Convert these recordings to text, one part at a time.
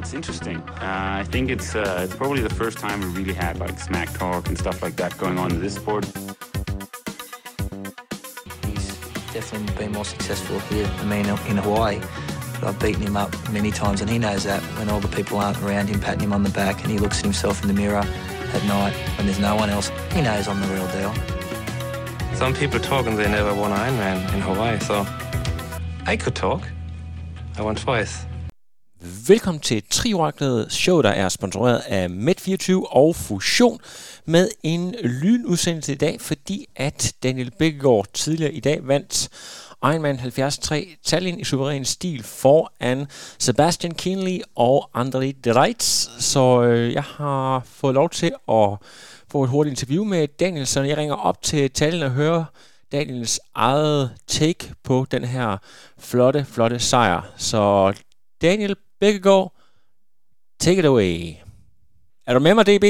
It's interesting. I think it's probably the first time we really had like smack talk and stuff like that going on in this sport. He's definitely been more successful here than me in Hawaii. But I've beaten him up many times, and he knows that when all the people aren't around him patting him on the back and he looks at himself in the mirror at night when there's no one else, he knows I'm the real deal. Some people talk and they never won an Ironman in Hawaii, so I could talk. I won twice. Velkommen til Trioraklet, show, der er sponsoreret af Med24 og Fusion, med en lynudsendelse i dag, fordi at Daniel Bækkegaard tidligere i dag vandt Ironman 70.3 Tallinn i suveræn stil foran Sebastian Kienle og André de Reitz. Så jeg har fået lov til at få et hurtigt interview med Daniel, så jeg ringer op til Tallinn og hører Daniels eget take på den her flotte sejr. Så Daniel Bækkegaard, take it away. Er du med mig, DB?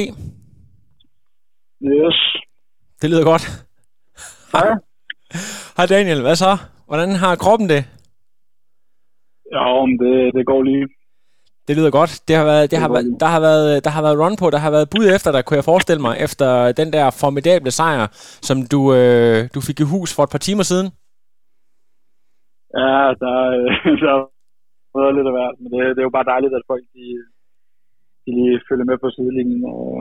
Yes. Det lyder godt. Hej. Hej Daniel, hvad så? Hvordan har kroppen det? Ja, det går lige. Det lyder godt. Der har været run på, der har været bud efter dig, kunne jeg forestille mig, efter den der formidable sejr, som du fik i hus for et par timer siden. Ja, der har været lidt af hvert, men det er jo bare dejligt, at folk de lige følger med på sidelinjen,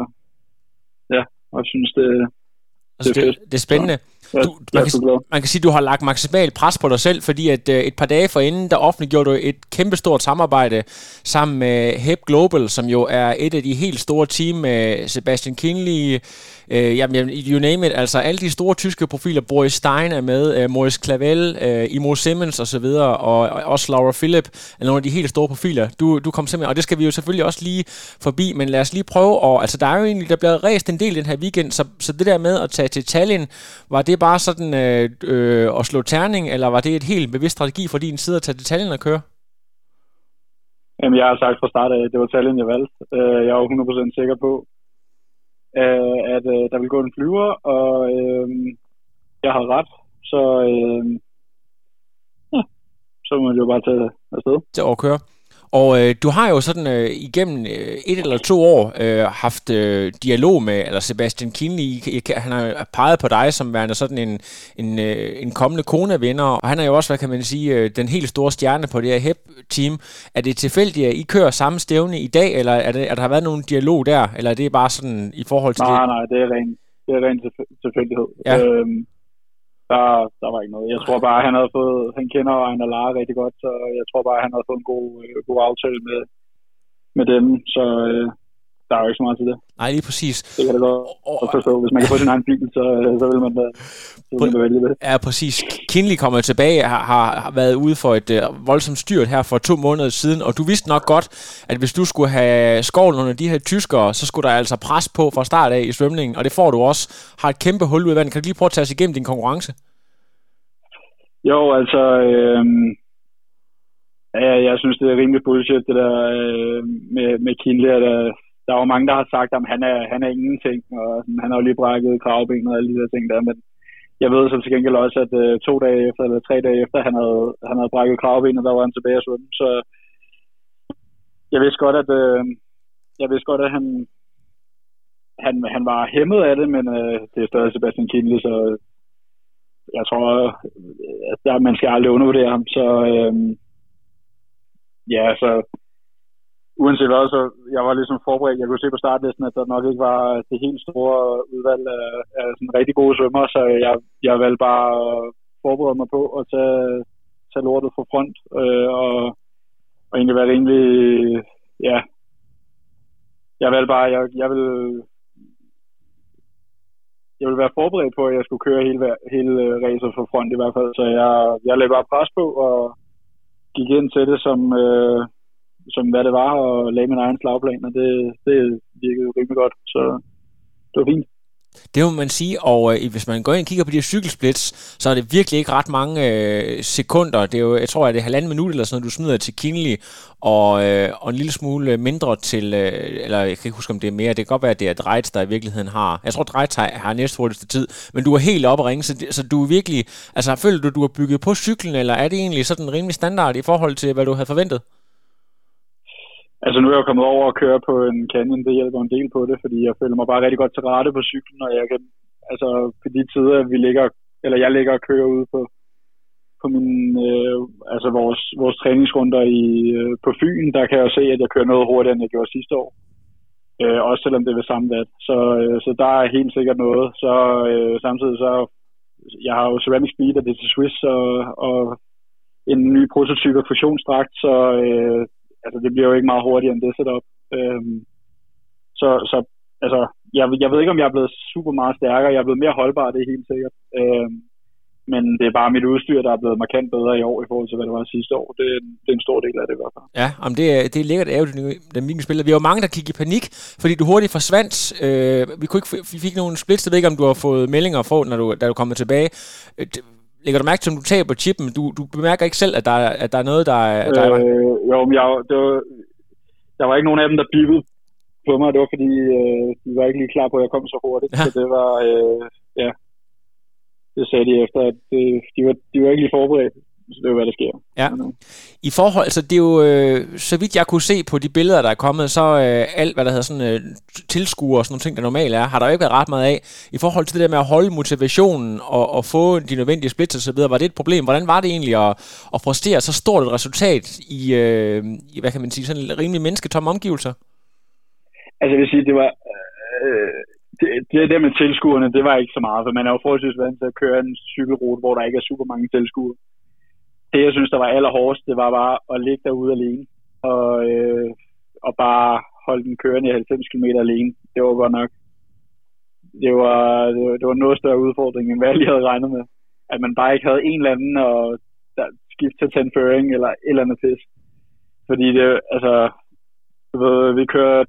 og synes det er fedt. Det er spændende. Man kan sige, at du har lagt maksimalt pres på dig selv, fordi at et par dage forinden, der offentliggjorde du et kæmpestort samarbejde sammen med HEP Global, som jo er et af de helt store team med Sebastian Kienle, you name it, altså alle de store tyske profiler. Boris Stein er med, Maurice Clavel, Imo Simmons og så videre, og også Laura Philipp er nogle af de helt store profiler. Du kom simpelthen, og det skal vi jo selvfølgelig også lige forbi, men lad os lige prøve, og altså der er jo egentlig, der bliver ræst en del den her weekend, så det der med at tage til Tallinn, var det bare sådan at slå terning, eller var det et helt bevidst strategi for din side at tage til Tallinn og køre? Jamen, jeg har sagt fra start af, at det var Tallinn, jeg valgte. Jeg er jo 100% sikker på, at der vil gå en flyver, og jeg har ret, så må jeg jo bare tage afsted. Til at køre. Og du har jo sådan igennem 1 eller 2 år haft dialog med eller Sebastian Kienle. Han har peget på dig som værende sådan en kommende konevinder, og han er jo også, hvad kan man sige, den helt store stjerne på det her HEP-team. Er det tilfældigt, at I kører samme stævne i dag, eller er der har været nogen dialog der, eller er det bare sådan i forhold til det? Nej, det er ren tilfældighed. Ja. Der var ikke noget. Jeg tror bare, han kender Ejner Lara rigtig godt, så jeg tror bare, han havde fået en god aftale med dem, så der er jo ikke så meget til det. Nej, lige præcis. Det kan det godt forstå. Hvis man kan få sin egen bil, så vil man da vælge det. Ja, præcis. Kienle kommer tilbage, har været ude for et voldsomt styrt her for 2 måneder siden, og du vidste nok godt, at hvis du skulle have skovlen under de her tyskere, så skulle der altså pres på fra start af i svømningen, og det får du også. Har et kæmpe hul ud af vandet. Kan du lige prøve at tage os igennem din konkurrence? Jo, altså, jeg synes, det er rimelig bullshit, det der med Kienle. Der er jo mange, der har sagt, at han er ingenting, og han har jo lige brækket kravbenet og alle de der ting der, men jeg ved så til gengæld også, at 2 dage efter, eller 3 dage efter, han havde brækket kravbenet, der var han tilbage at svømme, så jeg vidste godt, at han var hæmmet af det, men det er stadig Sebastian Kienle, så jeg tror, at man skal aldrig undervurdere ham, så så uanset hvad, så jeg var ligesom forberedt. Jeg kunne se på startlisten, at der nok ikke var det helt store udvalg af sådan rigtig gode svømmer, så jeg valgte bare at forberede mig på at tage lortet fra front, og egentlig være rimelig, jeg valgte bare, jeg ville være forberedt på, at jeg skulle køre hele racet fra front i hvert fald, så jeg lagde bare pres på og gik ind til det som hvad det var, og lagde min egen slagplan, og det virkede rimelig godt, så det var fint. Det må man sige, og hvis man går ind og kigger på de her cykelsplits, så er det virkelig ikke ret mange sekunder. Det er jo, jeg tror, at det er 1,5 minut eller sådan noget, du smider til Kienle, og en lille smule mindre til, eller jeg kan ikke huske, om det er mere. Det kan godt være, at det er Dreitz, der i virkeligheden har. Jeg tror, Dreitz har næst hurtigste tid, men du er helt oppe at ringe, så du er virkelig, altså føler du har bygget på cyklen, eller er det egentlig sådan rimelig standard i forhold til, hvad du havde forventet? Altså nu er jeg kommet over og køre på en Canyon, det hjælper en del på det, fordi jeg føler mig bare rigtig godt til rette på cyklen, og jeg kan, altså på de tider, jeg ligger og kører ude på min, altså vores træningsrunder på Fyn, der kan jeg jo se, at jeg kører noget hurtigere, end jeg gjorde sidste år. Også selvom det er ved samme watt. Så der er helt sikkert noget. Så samtidig så, jeg har jo Ceramic Speed, og det er til Swiss, og en ny prototype af fusionsdragt, så altså det bliver jo ikke meget hurtigere end det setup. Så altså, jeg ved ikke, om jeg er blevet super meget stærkere. Jeg er blevet mere holdbar, det er helt sikkert. Men det er bare mit udstyr, der er blevet markant bedre i år i forhold til, hvad det var sidste år. Det er en stor del af det i hvert fald. Ja, om det er lækkert aerodynamik spiller. Vi har jo mange, der gik i panik, fordi du hurtigt forsvandt. Vi fik nogle splits. Jeg ved ikke, om du har fået meldinger fra, da du kommer tilbage. Lægger du mærke til, om du taber chippen? Du bemærker ikke selv, at der er noget, der er... Jo, men der var ikke nogen af dem, der bippede på mig. Det var fordi, de var ikke lige klar på, at jeg kom så hurtigt. Ja. Så det var... ja. Det sagde de efter, at de var ikke lige forberedt. Så det er jo, hvad der sker. Ja. I forhold, altså det er jo, så vidt jeg kunne se på de billeder, der er kommet, så alt, hvad der hedder sådan tilskuere og sådan nogle ting, der normalt er, har der jo ikke været ret meget af. I forhold til det der med at holde motivationen og få de nødvendige splits og så videre, var det et problem? Hvordan var det egentlig at præstere så stort et resultat i hvad kan man sige, sådan rimelig mennesketomme omgivelser? Altså jeg vil sige, det var... Det der med tilskuerne, det var ikke så meget, for man er jo forholdsvis vant til at køre en cykelrute, hvor der ikke er super mange tilskuere. Det, jeg synes, der var allerhårdest, det var bare at ligge derude alene, og bare holde den kørende i 90 km alene. Det var godt nok, det var noget større udfordring, end hvad jeg lige havde regnet med. At man bare ikke havde en eller anden og skift til tenføring eller et eller andet pis. Fordi det, altså, vi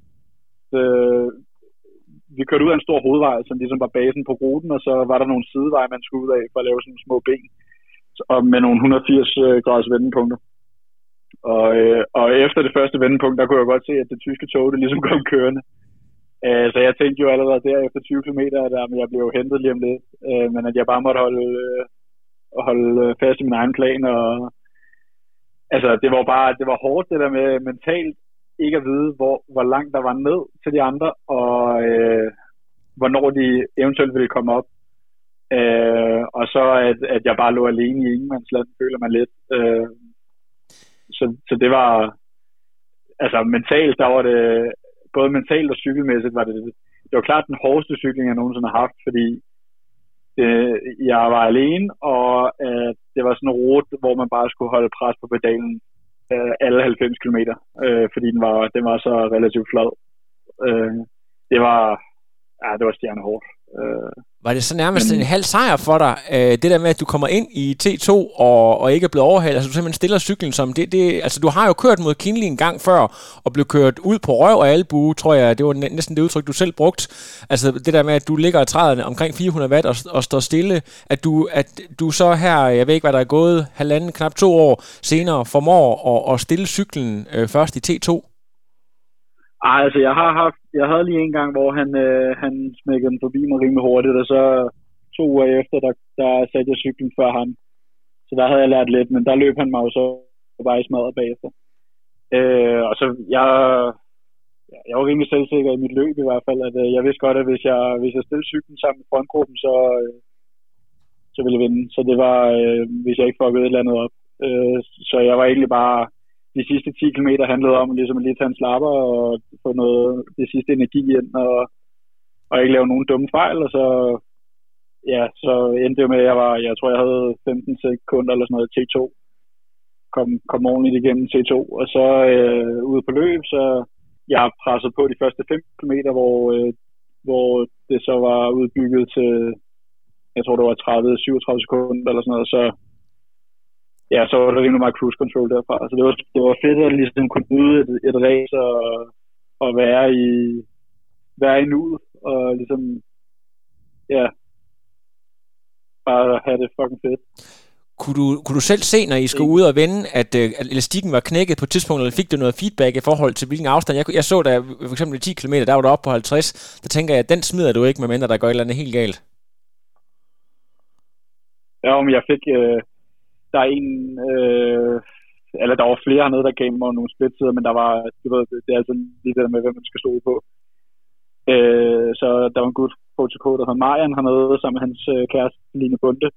kørte ud af en stor hovedvej, som ligesom var basen på ruten, og så var der nogle sideveje, man skulle ud af for at lave sådan nogle små ben, og med nogle 180 graders vendepunkter. Og efter det første vendepunkt, der kunne jeg godt se, at det tyske tog, det ligesom kom kørende. Så jeg tænkte jo allerede der efter 20 km, men jeg blev jo hentet lige om lidt, men at jeg bare måtte holde fast i min egen plan, og altså det var hårdt det der med mentalt, ikke at vide, hvor langt der var ned til de andre, og hvornår de eventuelt ville komme op. Og så at jeg bare lå alene i ingenmandsland, føler man lidt. Så det var, altså mentalt, der var det, både mentalt og cykelmæssigt, det var klart den hårdeste cykling, jeg nogensinde har haft, fordi jeg var alene, og det var sådan en rute, hvor man bare skulle holde pres på pedalen alle 90 km, fordi den var så relativt flad. Det var stjernehårdt. Var det så nærmest en halv sejr for dig, det der med, at du kommer ind i T2 og ikke er blevet overhalet, altså du simpelthen stiller cyklen som det, altså du har jo kørt mod Kinley en gang før, og blev kørt ud på røv og albue, tror jeg, det var næsten det udtryk, du selv brugt, altså det der med, at du ligger i træerne omkring 400 watt og står stille, at du så her, jeg ved ikke, hvad der er gået, knap 2 år senere, formår at stille cyklen først i T2. Ej, altså jeg havde lige en gang, hvor han smækkede den forbi mig rimelig hurtigt, og så 2 uger efter, der satte jeg cyklen før ham. Så der havde jeg lært lidt, men der løb han mig jo så bare i smadret bagefter. Og så jeg var rimelig selvsikker i mit løb i hvert fald, at jeg vidste godt, at hvis jeg stillede cyklen sammen med frontgruppen, så ville jeg vinde. Så det var, hvis jeg ikke fuckede et eller andet op. Så jeg var egentlig bare... De sidste 10 km handlede om ligesom at lige tage en slapper og få det sidste energi ind og ikke lave nogen dumme fejl. Og så endte det med, at jeg tror, jeg havde 15 sekunder eller sådan noget T2. Kom ordentligt igennem T2. Og så ude på løb, så jeg pressede på de første 5 km, hvor det så var udbygget til, jeg tror det var 30-37 sekunder eller sådan noget. Så var det rimelig meget cruise control derfra. Så det var fedt at ligesom kunne byde et race og være i nuet og ligesom bare have det fucking fedt. Kunne du selv se, når I skulle ud og vende, at elastikken var knækket på et tidspunkt, eller fik du noget feedback i forhold til hvilken afstand? Jeg så da for eksempel 10 km, der var du oppe på 50. Der tænker jeg, at den smider du ikke, medmindre der går et eller andet helt galt. Ja, men jeg fik... Der er eller der var flere hernede, der gav mig nogle splitsider, men der var, det er altså lige det der med, hvem man skal stole på. Så der var en gut på TK, der hed Marian hernede, sammen med hans kæreste, Line Bunde.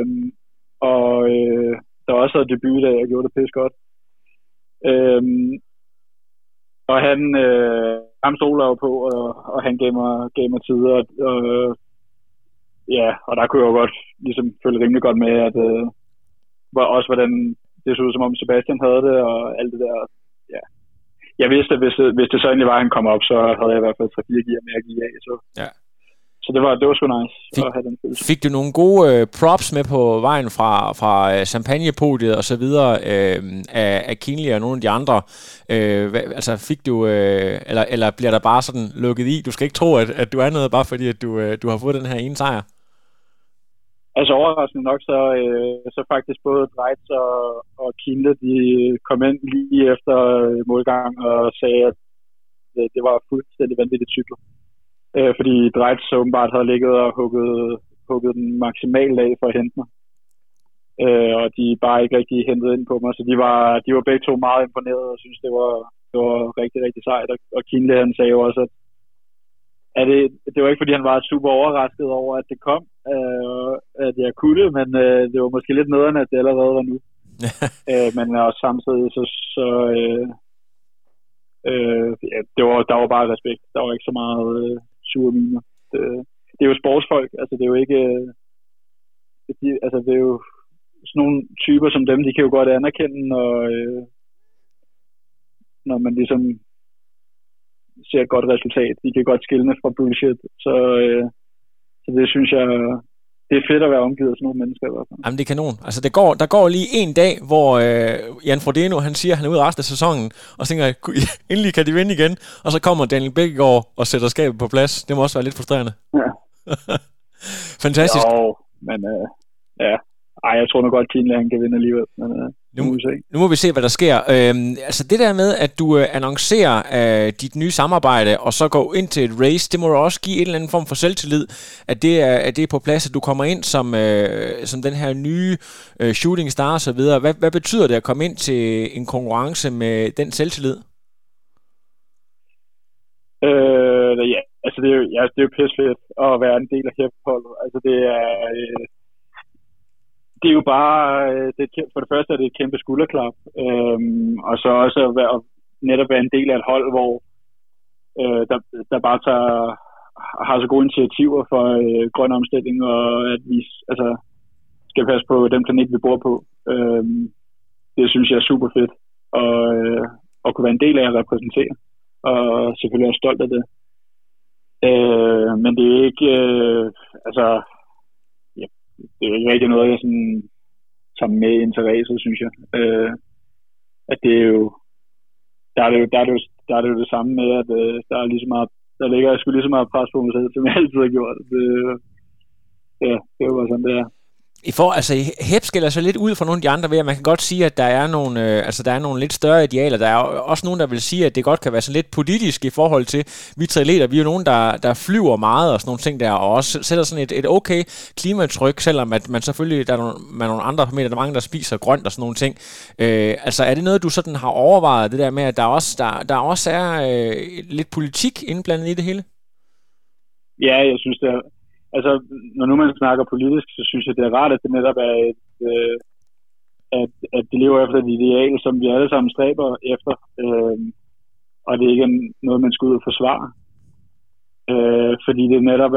Der var også debut, da jeg gjorde det pisse godt. Og han stoler jo på, og han gav mig tider. Og der kunne jeg jo godt ligesom følge rimelig godt med, at også hvordan det så ud, som om Sebastian havde det, og alt det der. Ja. Jeg vidste, at hvis det så endelig var, at han kom op, så havde jeg i hvert fald 3-4 gear med at give af. Så det var sgu nice at have den følelse. Fik du nogle gode props med på vejen fra champagnepodiet og så videre af Kienle og nogle af de andre? Altså fik du, eller bliver der bare sådan lukket i? Du skal ikke tro, at du er noget, bare fordi at du har fået den her ene sejr. Altså overraskende nok, så faktisk både Dreitz og Kienle, de kom ind lige efter målgang og sagde, at det var fuldstændig vanvittigt cykler. Fordi Dreitz så åbenbart havde ligget og hugget den maksimale af for at hente mig. Og de bare ikke rigtig hentede ind på mig, så de var begge to meget imponerede og synes det var rigtig, rigtig sejt. Og Kienle, han sagde jo også, at det var ikke fordi han var super overrasket over, at det kom, at jeg kunne det, men det var måske lidt nederen, at det allerede var nu. Men også samtidig der var bare respekt. Der var ikke så meget sure miner. Det er jo sportsfolk, altså det er jo ikke det er jo sådan nogle typer som dem, de kan jo godt anerkende, når man ligesom ser et godt resultat. De kan godt skille fra bullshit, så det synes jeg, det er fedt at være omgivet af sådan nogle mennesker i hvert fald. Jamen det er kanon. Altså der går lige en dag, hvor Jan Frodeno, han siger, at han er ude resten af sæsonen, og så tænker jeg, endelig kan de vinde igen, og så kommer Daniel Bækkegaard og sætter skabet på plads. Det må også være lidt frustrerende. Ja. Fantastisk. Jo, men ja. Ej, jeg tror nok godt, at Kienle han kan vinde alligevel. Men, nu må vi se, hvad der sker. Altså det der med, at du annoncerer dit nye samarbejde, og så går ind til et race, det må jo også give en eller anden form for selvtillid, at det er på plads, at du kommer ind som den her nye shooting star og så videre. Hvad betyder det at komme ind til en konkurrence med den selvtillid? Ja, altså det er jo pissefedt at være en del af HEP-holdet. Altså det er jo bare, for det første er det et kæmpe skulderklap, og så også at netop være en del af et hold, hvor der bare har så gode initiativer for grøn omstilling, og at vi skal passe på den planet, vi bor på. Det synes jeg er super fedt, og at kunne være en del af at repræsentere, og selvfølgelig også stolt af det. Men det er ikke, det er ikke rigtig noget, jeg sådan tager med interesse, synes jeg. At det er jo, der er det jo det samme med, at der er lige så meget, der ligger sgu lige så meget pres på mig selv, som jeg altid har gjort. Det er jo bare sådan, det er. HEP skiller sig lidt ud fra nogle af de andre ved, at man kan godt sige, at der er nogle lidt større idealer. Der er også nogen, der vil sige, at det godt kan være sådan lidt politisk i forhold til, vi triatleter, vi er jo nogen, der flyver meget og sådan nogle ting der, og også sætter sådan et okay klimatryk, selvom at man selvfølgelig, der er nogle andre parametre, der er mange, der spiser grønt og sådan nogle ting. Er det noget, du sådan har overvejet, det der med, at der også er lidt politik indblandet i det hele? Ja, jeg synes det er. Altså, når nu man snakker politisk, så synes jeg, det er rart, at det netop er at det lever efter et ideal, som vi alle sammen stræber efter, og det ikke er noget, man skal ud og forsvare. Fordi det netop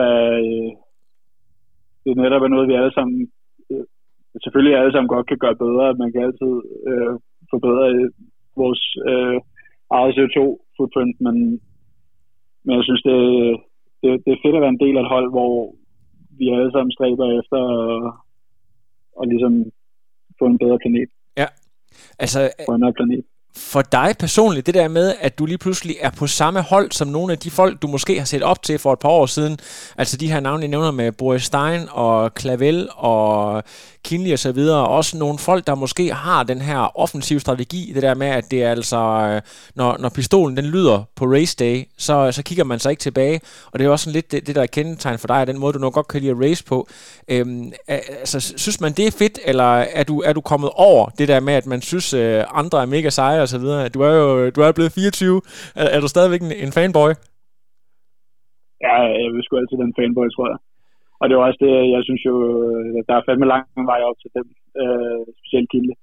er noget, vi alle sammen, selvfølgelig alle sammen godt kan gøre bedre, at man kan altid forbedre vores eget CO2-footprint, men jeg synes, det er fedt at være en del af et hold, hvor vi alle sammen stræber efter at ligesom få en bedre planet. Ja, altså få en planet. For dig personligt, det der med, at du lige pludselig er på samme hold som nogle af de folk, du måske har set op til for et par år siden, altså de her navne, jeg nævner med Boris Stein og Clavel og Kinley og så videre, også nogle folk, der måske har den her offensiv strategi, det der med, at det er altså, når pistolen den lyder på race day, så kigger man sig ikke tilbage, og det er også sådan lidt det der er kendetegn for dig, den måde, du nok godt kan lide at race på. Altså, synes man, det er fedt, eller er du kommet over det der med, at man synes, andre er mega seje og så videre? Du er blevet 24. Er du stadigvæk en fanboy? Ja, jeg vil sgu altid være en fanboy, tror jeg. Og det er også det, jeg synes jo, der er fandme lang vej op til dem, specielt Kilde.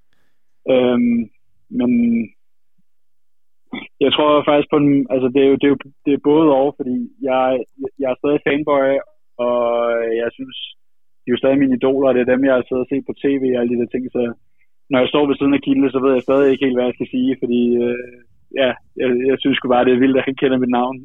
Men jeg tror faktisk på den, altså det er både over, fordi jeg er stadig fanboy, og jeg synes, de er jo stadig mine idoler, og det er dem, jeg har siddet og set på tv og alle de der ting, så når jeg står ved siden af Kilde, så ved jeg stadig ikke helt, hvad jeg skal sige, fordi jeg synes sgu bare, det er vildt, at han kender mit navn.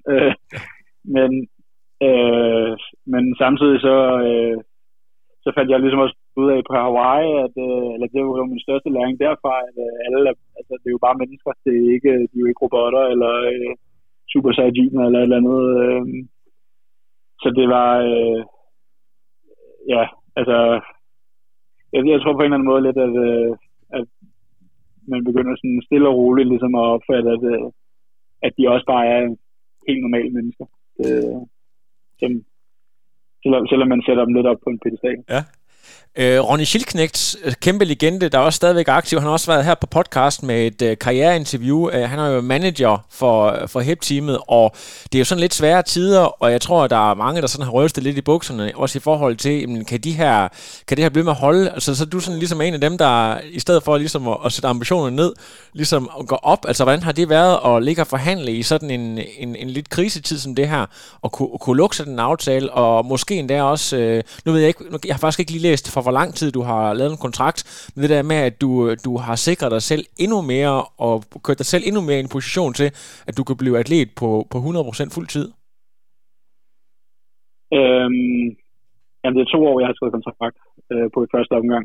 Men samtidig så fandt jeg ligesom også ud af på Hawaii, eller det var min største læring derfra, at alle, altså det er jo bare mennesker, de er jo ikke robotter, eller super saiyajiner, eller et eller andet. Så det var, altså, jeg tror på en eller anden måde lidt, at man begynder sådan stille og roligt ligesom at opfatte, at de også bare er helt normale mennesker. Selvom man sætter dem lidt op på en pedestal. Ja. Ronny Schildknecht, kæmpe legende, der er også stadigvæk aktiv. Han har også været her på podcast med et karriereinterview. Han er jo manager for HEP-teamet, og det er jo sådan lidt svære tider, og jeg tror, at der er mange, der sådan har rystet lidt i bukserne, også i forhold til, jamen, kan det her blive med at holde? Altså, så er du sådan ligesom en af dem, der i stedet for ligesom at sætte ambitionerne ned, ligesom at gå op. Altså, hvordan har det været at ligge og forhandle i sådan en lidt krisetid som det her, og kunne lukke sådan en aftale, og måske endda også, nu ved jeg ikke, jeg har faktisk ikke lige læst for hvor lang tid du har lavet en kontrakt, men det der med, at du har sikret dig selv endnu mere, og kørt dig selv endnu mere i en position til, at du kan blive atlet på 100% fuld tid? Jamen, det er 2 år, jeg har skrevet kontrakt på et første omgang.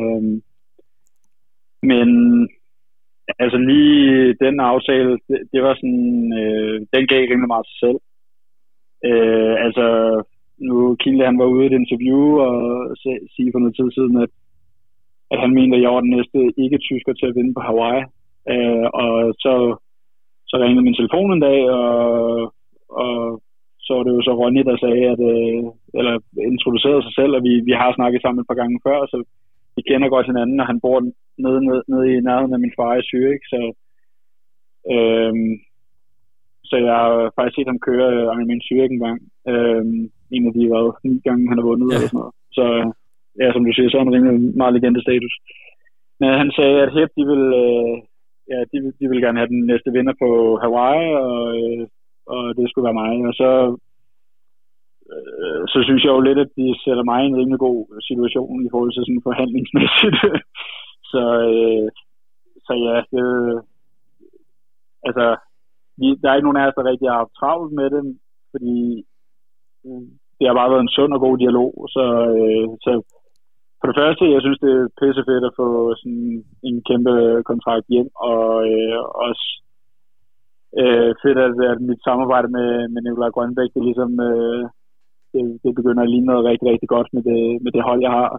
Men altså lige den aftale, det var sådan, den gav rimelig meget sig selv. Altså, nu Kinle, han var ude i et interview og sige for noget tid siden, at han mente, at jeg var den næste ikke-tysker til at vinde på Hawaii. Og så ringede min telefon en dag, og så var det jo så Ronny, der sagde, eller introducerede sig selv, og vi har snakket sammen et par gange før, så vi kender godt hinanden, og han bor nede i nærheden af min far i Zürich, så jeg har faktisk set ham køre min Zürich en gang. En af de 9 gange, han har vundet, eller sådan noget. Så ja, som du siger, så er han rimelig meget legende-status. Men han sagde, at HEP, de ville gerne have den næste vinder på Hawaii, og det skulle være mig. Og så synes jeg jo lidt, at de sætter mig i en rimelig god situation i forhold til sådan forhandlingsmæssigt. så ja, altså, der er ikke nogen af os, der rigtig har haft travlt med det, fordi det har bare været en sund og god dialog. Så for det første, jeg synes, det er pissefedt at få sådan en kæmpe kontrakt hjem, og også fedt, at mit samarbejde med Nikolaj Grønbæk, det ligesom det begynder at ligne noget rigtig, rigtig godt med det hold, jeg har.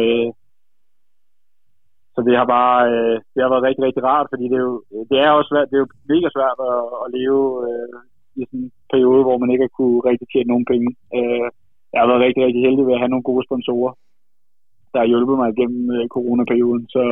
Så det har bare det har været rigtig, rigtig rart, fordi det er også svært, det er jo mega svært at leve i sådan en periode, hvor man ikke har kunne rigtig tjene nogen penge. Jeg har været rigtig, rigtig heldig ved at have nogle gode sponsorer, der har hjulpet mig igennem coronaperioden. Så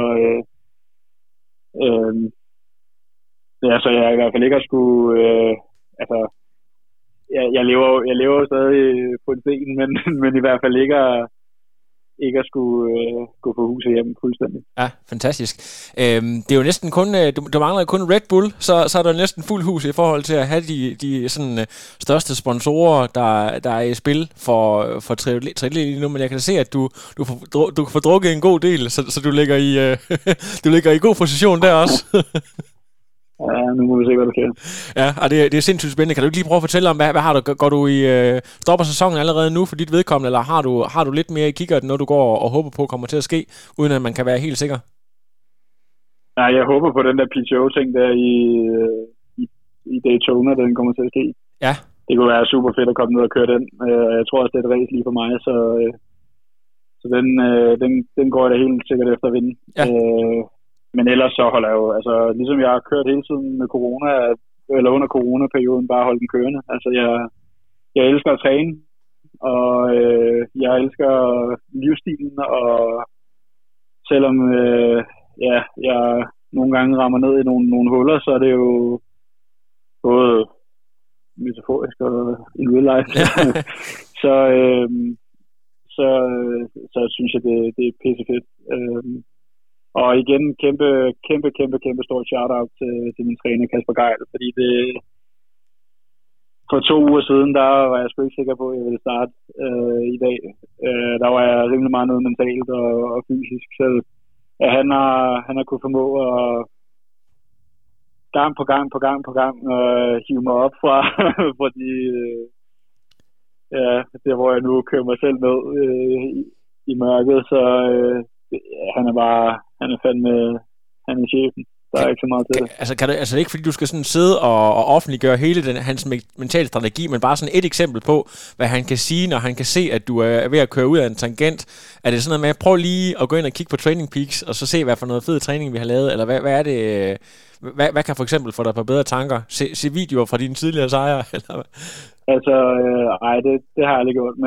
så jeg i hvert fald ikke har skulle altså jeg lever stadig på en scene, men i hvert fald ikke at skulle gå på huset hjem fuldstændig. Ja, fantastisk. Det er jo næsten kun, du mangler kun Red Bull, så er der næsten fuld hus i forhold til at have de sådan største sponsorer, der er i spil for triatlet lige nu, men jeg kan se, at du kan få drukket en god del, så du ligger i du ligger i god position der også. Ja, nu må vi se, hvad der sker. Ja, og det er sindssygt spændende. Kan du ikke lige prøve at fortælle om, hvad har du? Går du i stopper sæsonen allerede nu for dit vedkommende, eller har du lidt mere i kikkerten, når du går og håber på kommer til at ske, uden at man kan være helt sikker? Nej, jeg håber på den der PTO-ting der i Daytona, den kommer til at ske. Ja. Det kunne være super fedt at komme ned og køre den. Jeg tror også, det er et race lige for mig, Så den går jeg da helt sikkert efter at vinde. Ja. Men ellers så holder jeg jo, altså ligesom jeg har kørt hele tiden med corona, eller under coronaperioden, bare holde den kørende. Altså jeg elsker at træne, og jeg elsker livsstilen, og selvom jeg nogle gange rammer ned i nogle huller, så er det jo både metaforisk og in real life. så synes jeg, det er pissefedt. Og igen, kæmpe stort shout-out til min træner Kasper Geil, fordi for 2 uger siden, der var jeg sgu ikke sikker på, at jeg ville starte i dag. Der var jeg rimelig meget noget mentalt og fysisk selv. Ja, han har kunne formå at gang på gang hive mig op fra fordi der hvor jeg nu kører mig selv ned i mørket, så han er chefen. Der er ikke så meget til det. Altså, det er ikke fordi, du skal sådan sidde og offentliggøre hele hans mentale strategi, men bare sådan et eksempel på, hvad han kan sige, når han kan se, at du er ved at køre ud af en tangent. Er det sådan noget med, prøv lige at gå ind og kigge på Training Peaks, og så se, hvad for noget fed træning vi har lavet, eller hvad er det... Hvad kan for eksempel få dig på bedre tanker? Se videoer fra dine tidligere sejre? Eller hvad? Altså, det har jeg aldrig gjort,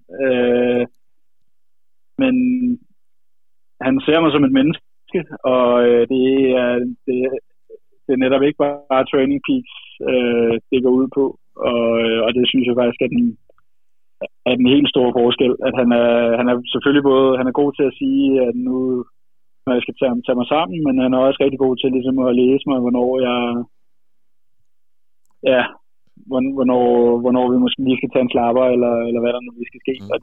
men han ser mig som et menneske, og det er netop ikke bare Training Peaks, det går ud på, og det synes jeg faktisk er den helt store forskel, at han er selvfølgelig både, han er god til at sige, at nu når jeg skal tage mig sammen, men han er også rigtig god til ligesom at læse mig, hvornår vi måske lige skal tage en slapper, eller hvad der nu lige skal ske, og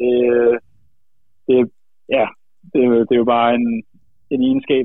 det er jo bare en egenskab,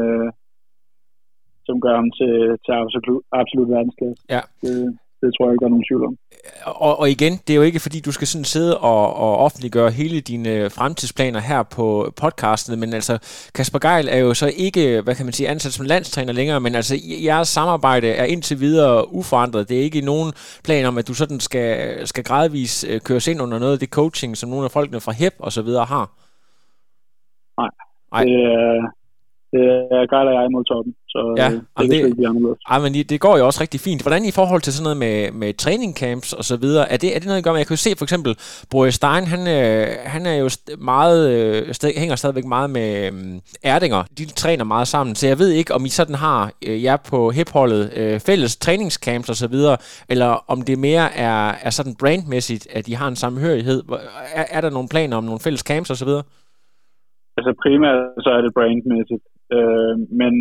som gør ham til absolut verdensklasse. Ja. Det tror jeg ikke, der er nogen tvivl om. Og igen, det er jo ikke fordi, du skal sådan sidde og offentliggøre hele dine fremtidsplaner her på podcastet, men altså, Kasper Geil er jo så ikke, hvad kan man sige, ansat som landstræner længere, men altså, jeres samarbejde er indtil videre uforandret. Det er ikke nogen plan om, at du sådan skal gradvis køres ind under noget af det coaching, som nogle af folkene fra HEP og så videre har. Nej. Det er Geil og jeg mod toppen, så ja, det kan ikke blive anderledes. Men det går jo også rigtig fint. Hvordan i forhold til sådan noget med training camps og så videre, er det noget, I gør med? Jeg kan jo se for eksempel, Boris Stein, han er jo meget, hænger stadigvæk meget med Erdinger. De træner meget sammen, så jeg ved ikke, om I sådan har jer på HEP-holdet fælles træningscamps og så videre, eller om det mere er sådan brandmæssigt, at I har en samhørighed. Er der nogle planer om nogle fælles camps og så videre? Altså primært så er det brandmæssigt, men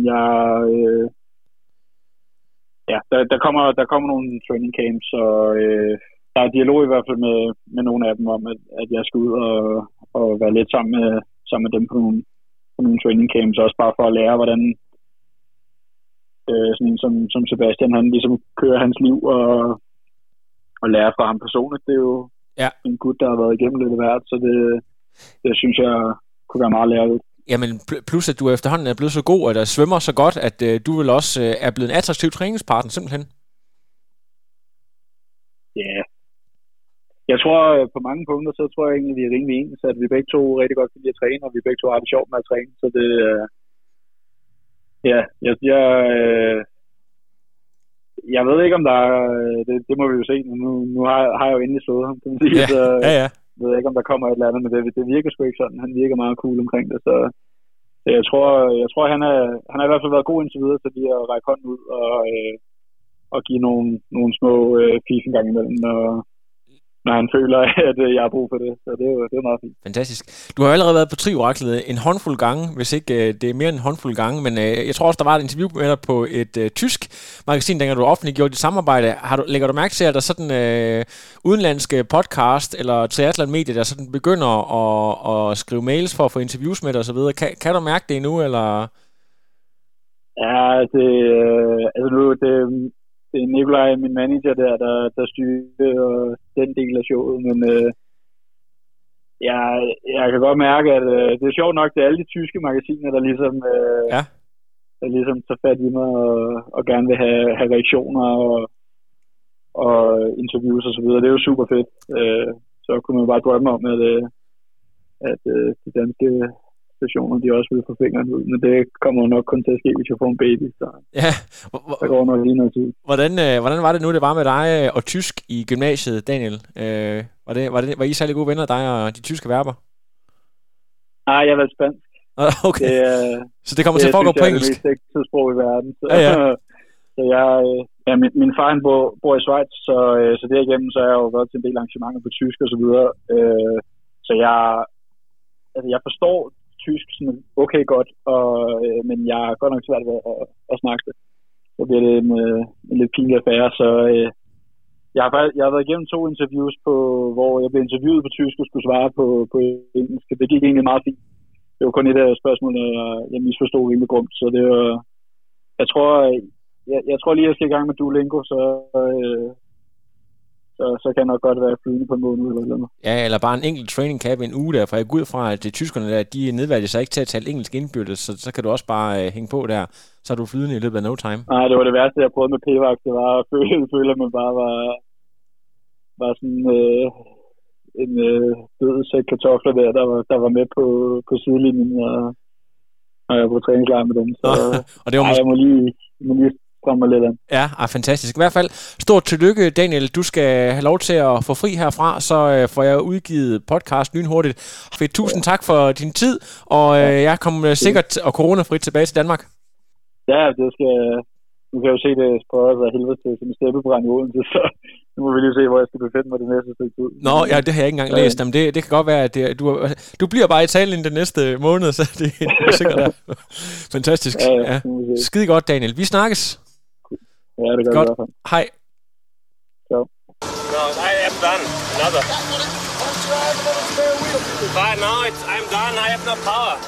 der kommer nogle training camps, og der er dialog i hvert fald med nogle af dem om, at jeg skal ud og være lidt sammen med dem på nogle training camps, også bare for at lære, hvordan sådan en som Sebastian, han ligesom kører hans liv og lære fra ham personligt. Det er jo en gut, der har været igennem lidt af hvert, så det synes jeg kunne være meget lærerigt. Jamen, plus at du efterhånden er blevet så god, og der svømmer så godt, at du vel også er blevet en attraktiv træningspartner, simpelthen. Ja. Jeg tror, på mange punkter, så tror jeg egentlig, vi er rimelig ens, at vi begge to rigtig godt kan lide at træne, og vi begge to har det sjovt med at træne, så det jeg ved ikke, om der er, det må vi jo se, nu har jeg jo endelig slået ham, kan man sige, så jeg ved ikke, om der kommer et eller andet, men det virker sgu ikke sådan. Han virker meget cool omkring det, så jeg tror han har i hvert fald været god indtil videre til lige at række hånden ud og give nogle små fif en gang imellem, når han føler, at jeg har brug for det. Så det er meget fint. Fantastisk. Du har allerede været på Trioraklet en håndfuld gange, hvis ikke det er mere end en håndfuld gange, men jeg tror også, der var et interview med dig på et tysk magasin, dengang du offentliggjorde dit samarbejde. Lægger du mærke til, at der sådan udenlandske podcast eller triathlon-medier, der sådan begynder at skrive mails for at få interviews med dig og så videre? Kan du mærke det endnu, eller? Ja, altså nu, det er Nikolaj, min manager der styrer den del af showet, men jeg kan godt mærke, at det er sjovt nok, det er alle de tyske magasiner, der ligesom tager fat i mig og gerne vil have reaktioner og interviews og så videre. Det er jo super fedt. Så kunne man bare drømme om, at de danske stationer, de også vil få fingeren ud. Men det kommer nok kun til at ske, hvis jeg får en baby. Så ja. Der går nok lige noget tid. Hvordan var det nu, det var med dig og tysk i gymnasiet, Daniel? Var I særlig gode venner, dig og de tyske verber? Nej, jeg har været spansk. Okay. Så det kommer til at foregå på engelsk? Det er det mest sprog i verden. Så, ja. Så min far han bor i Schweiz, så derigennem så har jeg jo været til en del arrangementer på tysk og så videre. Så jeg forstår tysk sådan okay godt, men jeg er godt nok svært ved at snakke det. Så bliver det en lidt pinlig affære. Så jeg har været igennem 2 interviews, hvor jeg blev interviewet på tysk og skulle svare på engelsk. Det gik egentlig meget fint. Det var kun et af spørgsmålene, jeg misforstod rimelig grumt. Så det var, jeg tror lige, jeg skal i gang med Duolingo, så kan jeg nok godt være flydende på en måned eller noget. Ja, eller bare en enkelt training camp en uge der, for jeg går ud fra, at tyskerne der, de nedværdiger sig ikke til at tale engelsk indbyrdes, så kan du også bare hænge på der, så er du flydende i løbet af no time. Nej, det var det værste, jeg prøvede med p-vagt, det var at føle, at man bare var sådan en død sæk kartofler der var med på sidelinjen, og jeg var træningsklar med dem. Så og det var jeg må lige stramme lidt an. Ja, fantastisk. I hvert fald stort tillykke, Daniel. Du skal have lov til at få fri herfra, så får jeg udgivet podcast lynhurtigt. Tusind tak for din tid, og jeg kommer sikkert og coronafrit tilbage til Danmark. Ja, det skal... Nu kan jeg jo se, det spreder sig helvede til som en steppebrand i Odense, så nu må vi lige se, hvor jeg skal befinde mig det næste stykke tid. Nå, ja, det har jeg ikke engang læst. Men det kan godt være, at du bliver bare i Italien den næste måned, så det er sikkert der. Fantastisk. Ja. Skide godt, Daniel. Vi snakkes. Ja, det gør godt. Vi. Hej. Ciao. No, I am done. Another. But now I'm done. I have no power.